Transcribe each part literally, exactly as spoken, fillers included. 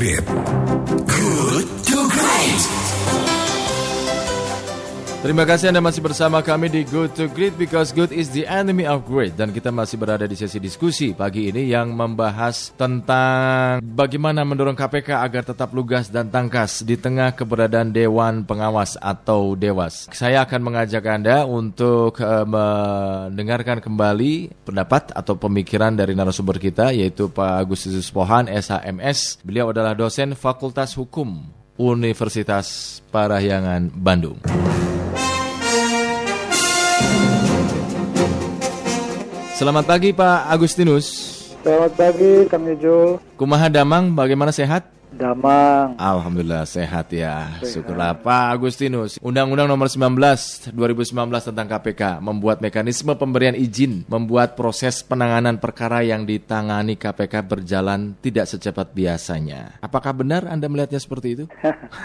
Great. Good to Great. Terima kasih Anda masih bersama kami di Good to Great, because good is the enemy of great. Dan kita masih berada di sesi diskusi pagi ini yang membahas tentang bagaimana mendorong K P K agar tetap lugas dan tangkas di tengah keberadaan Dewan Pengawas atau Dewas. Saya akan mengajak Anda untuk uh, mendengarkan kembali pendapat atau pemikiran dari narasumber kita, yaitu Pak Agustinus Pohan, S H M S. Beliau adalah dosen Fakultas Hukum Universitas Parahyangan, Bandung. Selamat pagi Pak Agustinus. Selamat pagi Kang Yujul. Kumaha damang, bagaimana sehat? Damang. Alhamdulillah sehat ya. Sehat. Syukurlah Pak Agustinus. Undang-Undang Nomor sembilan belas dua ribu sembilan belas tentang K P K membuat mekanisme pemberian izin, membuat proses penanganan perkara yang ditangani K P K berjalan tidak secepat biasanya. Apakah benar Anda melihatnya seperti itu?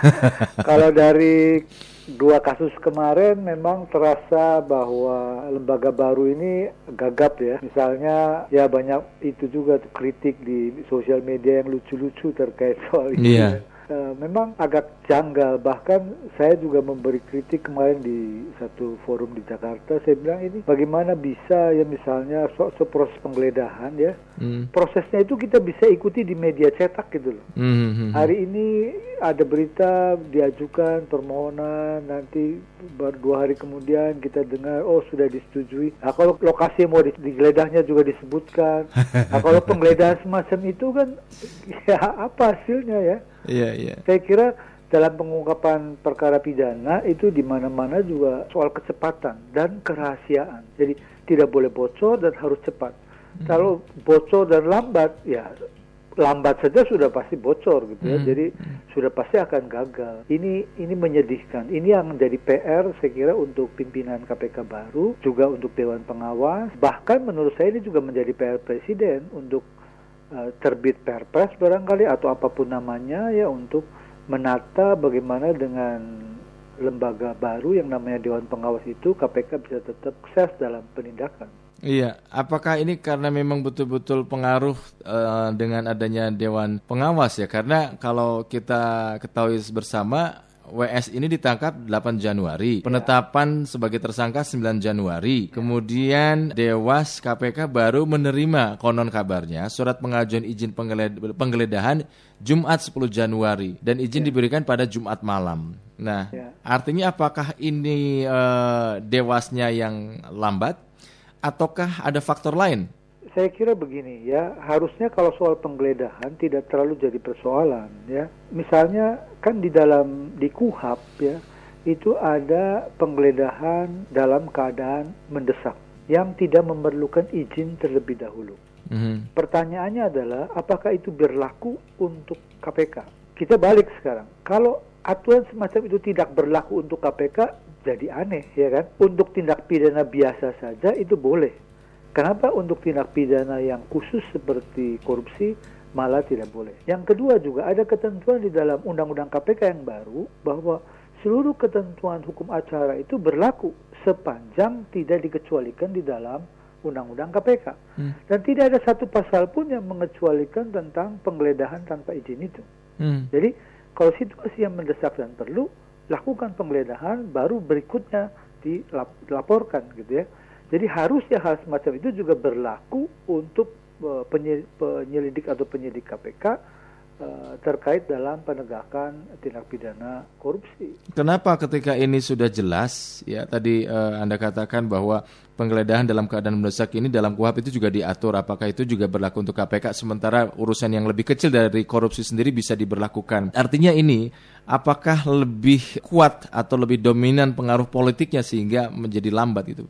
Kalau dari dua kasus kemarin memang terasa bahwa lembaga baru ini gagap ya. Misalnya ya banyak itu juga kritik di sosial media yang lucu-lucu terkait soal ini. Iya. Uh, memang agak janggal, bahkan saya juga memberi kritik kemarin di satu forum di Jakarta. Saya bilang ini bagaimana bisa ya misalnya so, so proses penggeledahan ya, mm. prosesnya itu kita bisa ikuti di media cetak gitu loh. Mm-hmm. Hari ini ada berita diajukan permohonan, nanti baru dua hari kemudian kita dengar oh sudah disetujui. Nah, kalau lokasi yang mau digeledahnya juga disebutkan. Nah, kalau penggeledahan semacam itu kan ya apa hasilnya ya? Iya, iya. Saya kira dalam pengungkapan perkara pidana itu di mana-mana juga soal kecepatan dan kerahasiaan. Jadi tidak boleh bocor dan harus cepat. Hmm. Kalau bocor dan lambat, ya lambat saja sudah pasti bocor gitu ya. Hmm. Jadi sudah pasti akan gagal. Ini ini menyedihkan. Ini yang menjadi P R saya kira untuk pimpinan K P K baru, juga untuk Dewan Pengawas. Bahkan menurut saya ini juga menjadi P R Presiden untuk Uh, terbit perpres barangkali atau apapun namanya ya, untuk menata bagaimana dengan lembaga baru yang namanya Dewan Pengawas itu K P K bisa tetap sukses dalam penindakan. Iya, apakah ini karena memang betul-betul pengaruh uh, dengan adanya Dewan Pengawas ya? Karena kalau kita ketahui bersama, W S ini ditangkap delapan Januari, penetapan sebagai tersangka sembilan Januari, kemudian Dewas K P K baru menerima konon kabarnya surat pengajuan izin penggeledahan Jumat sepuluh Januari, dan izin ya. diberikan pada Jumat malam. Nah, ya. artinya apakah ini uh, Dewasnya yang lambat, ataukah ada faktor lain? Saya kira begini ya, harusnya kalau soal penggeledahan tidak terlalu jadi persoalan ya. Misalnya kan di dalam di K U H P ya, itu ada penggeledahan dalam keadaan mendesak yang tidak memerlukan izin terlebih dahulu. Mm-hmm. Pertanyaannya adalah apakah itu berlaku untuk K P K? Kita balik sekarang. Kalau aturan semacam itu tidak berlaku untuk K P K, jadi aneh ya kan? Untuk tindak pidana biasa saja itu boleh. Kenapa untuk tindak pidana yang khusus seperti korupsi malah tidak boleh? Yang kedua juga ada ketentuan di dalam Undang-Undang K P K yang baru bahwa seluruh ketentuan hukum acara itu berlaku sepanjang tidak dikecualikan di dalam Undang-Undang K P K. Hmm. Dan tidak ada satu pasal pun yang mengecualikan tentang penggeledahan tanpa izin itu. Hmm. Jadi kalau situasi yang mendesak dan perlu, lakukan penggeledahan, baru berikutnya dilaporkan gitu ya. Jadi harusnya hal semacam itu juga berlaku untuk uh, penyelidik atau penyidik K P K uh, terkait dalam penegakan tindak pidana korupsi. Kenapa ketika ini sudah jelas, ya tadi uh, Anda katakan bahwa penggeledahan dalam keadaan mendesak ini dalam K U H P itu juga diatur, apakah itu juga berlaku untuk K P K, sementara urusan yang lebih kecil dari korupsi sendiri bisa diberlakukan. Artinya ini, apakah lebih kuat atau lebih dominan pengaruh politiknya sehingga menjadi lambat itu?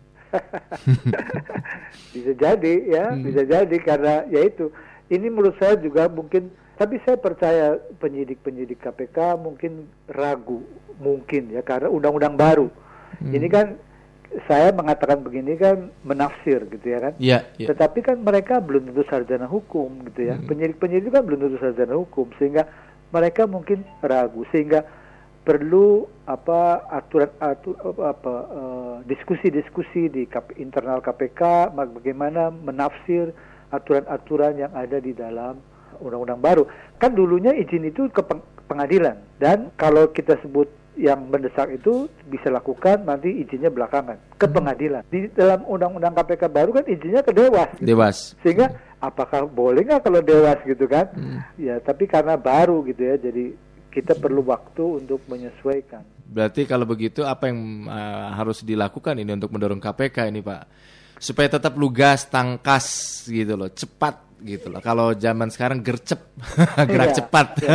Bisa jadi ya, hmm. bisa jadi karena ya itu. Ini menurut saya juga mungkin, tapi saya percaya penyidik-penyidik K P K mungkin ragu, mungkin ya karena undang-undang baru. Hmm. Ini kan saya mengatakan begini kan menafsir gitu ya kan. Yeah, yeah. Tetapi kan mereka belum tentu sarjana hukum gitu ya. Hmm. Penyidik-penyidik kan belum tentu sarjana hukum, sehingga mereka mungkin ragu, sehingga perlu apa aturan atur apa uh, diskusi-diskusi di K P, internal K P K bagaimana menafsir aturan-aturan yang ada di dalam undang-undang baru. Kan dulunya izin itu ke pengadilan, dan kalau kita sebut yang mendesak itu bisa lakukan nanti izinnya belakangan ke pengadilan. Di dalam undang-undang K P K baru kan izinnya ke dewas. Gitu. Dewas. Sehingga apakah boleh nggak kalau dewas gitu kan? Hmm. Ya tapi karena baru gitu ya, jadi kita perlu waktu untuk menyesuaikan. Berarti kalau begitu apa yang uh, harus dilakukan ini untuk mendorong K P K ini Pak? Supaya tetap lugas, tangkas gitu loh, cepat gitu loh. Kalau zaman sekarang gercep, gerak ya, cepat. Ya,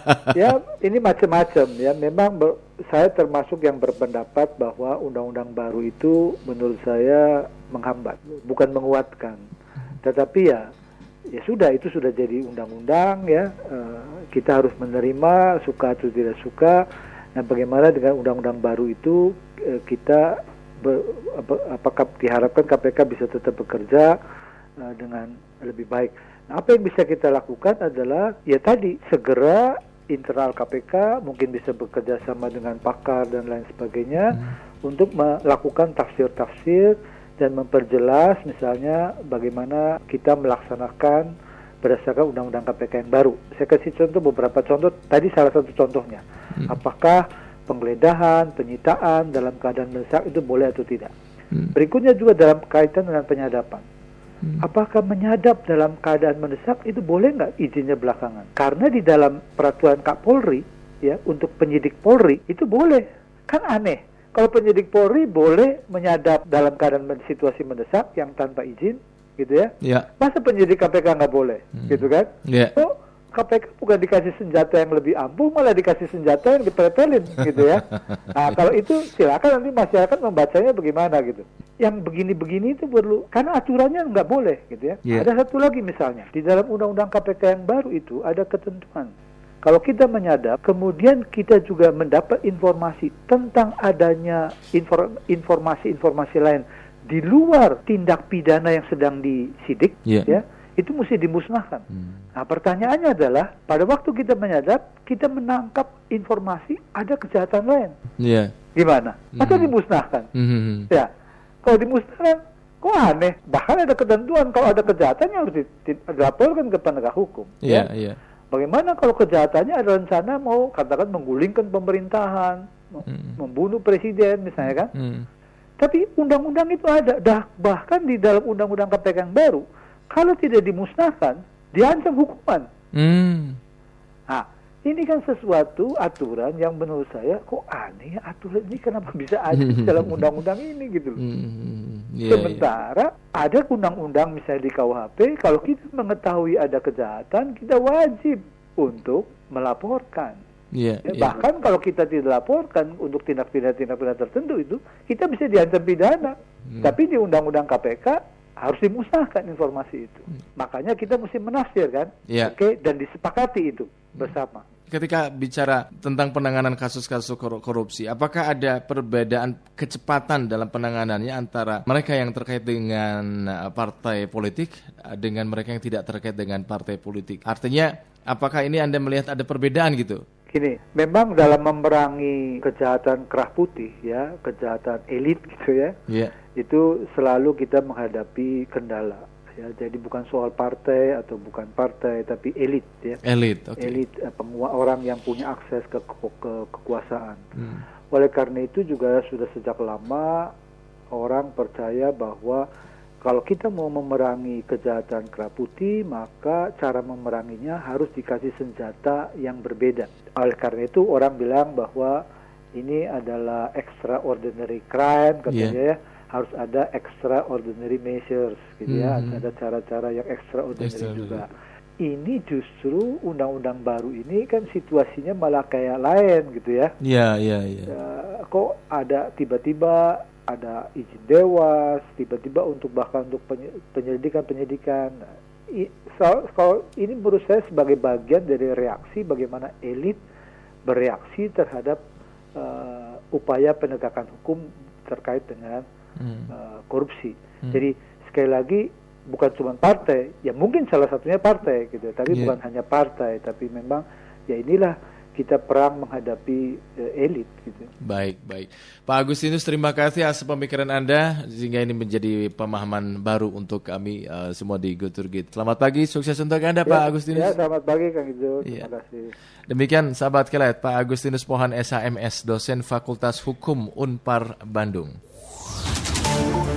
ya ini macam-macam ya. Memang ber, saya termasuk yang berpendapat bahwa undang-undang baru itu menurut saya menghambat, bukan menguatkan. Tetapi ya, ya sudah itu sudah jadi undang-undang ya. Uh, kita harus menerima suka atau tidak suka. Nah, bagaimana dengan undang-undang baru itu uh, kita ber, ap, apakah diharapkan K P K bisa tetap bekerja uh, dengan lebih baik. Nah, apa yang bisa kita lakukan adalah ya tadi segera internal K P K mungkin bisa bekerja sama dengan pakar dan lain sebagainya hmm. untuk melakukan tafsir-tafsir dan memperjelas misalnya bagaimana kita melaksanakan berdasarkan undang-undang K P K yang baru. Saya kasih contoh beberapa contoh. Tadi salah satu contohnya. Hmm. Apakah penggeledahan, penyitaan dalam keadaan mendesak itu boleh atau tidak? Hmm. Berikutnya juga dalam kaitan dengan penyadapan. Hmm. Apakah menyadap dalam keadaan mendesak itu boleh nggak izinnya belakangan? Karena di dalam peraturan Kapolri ya untuk penyidik Polri itu boleh. Kan aneh. Kalau penyidik Polri boleh menyadap dalam keadaan situasi mendesak yang tanpa izin, gitu ya? Ya. Masa penyidik K P K nggak boleh, hmm. gitu kan? Ya. So, K P K bukan dikasih senjata yang lebih ampuh, malah dikasih senjata yang dipretelin, gitu ya? Nah, kalau itu silakan nanti masyarakat membacanya bagaimana, gitu. Yang begini-begini itu perlu, karena aturannya nggak boleh, gitu ya. Yeah. Ada satu lagi misalnya, di dalam undang-undang K P K yang baru itu ada ketentuan. Kalau kita menyadap, kemudian kita juga mendapat informasi tentang adanya infor- informasi-informasi lain di luar tindak pidana yang sedang disidik, yeah. ya, itu mesti dimusnahkan. Hmm. Nah, pertanyaannya adalah, pada waktu kita menyadap, kita menangkap informasi ada kejahatan lain. Yeah. Gimana? Atau hmm. dimusnahkan? Hmm. Ya. Kalau dimusnahkan, kok aneh. Bahkan ada ketentuan kalau ada kejahatan yang harus dilaporkan ke penegak hukum. Yeah, ya. yeah. Bagaimana kalau kejahatannya ada rencana mau katakan menggulingkan pemerintahan, mm. membunuh presiden misalnya kan? Mm. Tapi undang-undang itu ada. Dah, bahkan di dalam undang-undang K P K yang baru, kalau tidak dimusnahkan, diancam hukuman. Mm. Nah, ini kan sesuatu aturan yang menurut saya kok aneh, aturan ini kenapa bisa ada di dalam undang-undang ini gitu loh. Mm. Yeah, Sementara yeah. ada undang-undang misalnya di K U H P, kalau kita mengetahui ada kejahatan, kita wajib untuk melaporkan. Yeah, ya, yeah. Bahkan kalau kita tidak laporkan untuk tindak pidana-tindak pidana tertentu itu, kita bisa diancam pidana. Mm. Tapi di undang-undang K P K harus dimusnahkan informasi itu. Mm. Makanya kita mesti menafsir kan, yeah. oke, okay? Dan disepakati itu bersama. Ketika bicara tentang penanganan kasus-kasus korupsi, apakah ada perbedaan kecepatan dalam penanganannya antara mereka yang terkait dengan partai politik dengan mereka yang tidak terkait dengan partai politik? Artinya, apakah ini Anda melihat ada perbedaan gitu? Gini, memang dalam memerangi kejahatan kerah putih, ya, kejahatan elit gitu ya, yeah. itu selalu kita menghadapi kendala. Ya, jadi bukan soal partai atau bukan partai, tapi elit ya. Elit, okay. Elit, eh, pengua, orang yang punya akses ke, ke, ke kekuasaan. Hmm. Oleh karena itu juga sudah sejak lama orang percaya bahwa kalau kita mau memerangi kejahatan kerah putih, maka cara memeranginya harus dikasih senjata yang berbeda. Oleh karena itu orang bilang bahwa ini adalah extraordinary crime, katanya yeah. ya. Harus ada extraordinary measures gitu ya, mm-hmm. ada cara-cara yang extraordinary Extra juga. Ini justru undang-undang baru ini kan situasinya malah kayak lain gitu ya. Iya, iya, iya. Kok ada tiba-tiba ada izin dewas, tiba-tiba untuk bahkan untuk penyelidikan-penyelidikan. So, kalau ini menurut saya sebagai bagian dari reaksi bagaimana elit bereaksi terhadap uh, upaya penegakan hukum terkait dengan Hmm. Uh, korupsi. Hmm. Jadi sekali lagi bukan cuma partai, ya mungkin salah satunya partai gitu, tapi yeah. bukan hanya partai, tapi memang ya inilah kita perang menghadapi uh, elit gitu. Baik, baik. Pak Agustinus, terima kasih atas pemikiran Anda sehingga ini menjadi pemahaman baru untuk kami uh, semua di Go to Gate. Selamat pagi, sukses untuk Anda ya, Pak Agustinus. Ya, selamat pagi Kang Ijo. Terima ya. kasih. Demikian sahabat Kelet, Pak Agustinus Pohan S H M S, dosen Fakultas Hukum Unpar Bandung.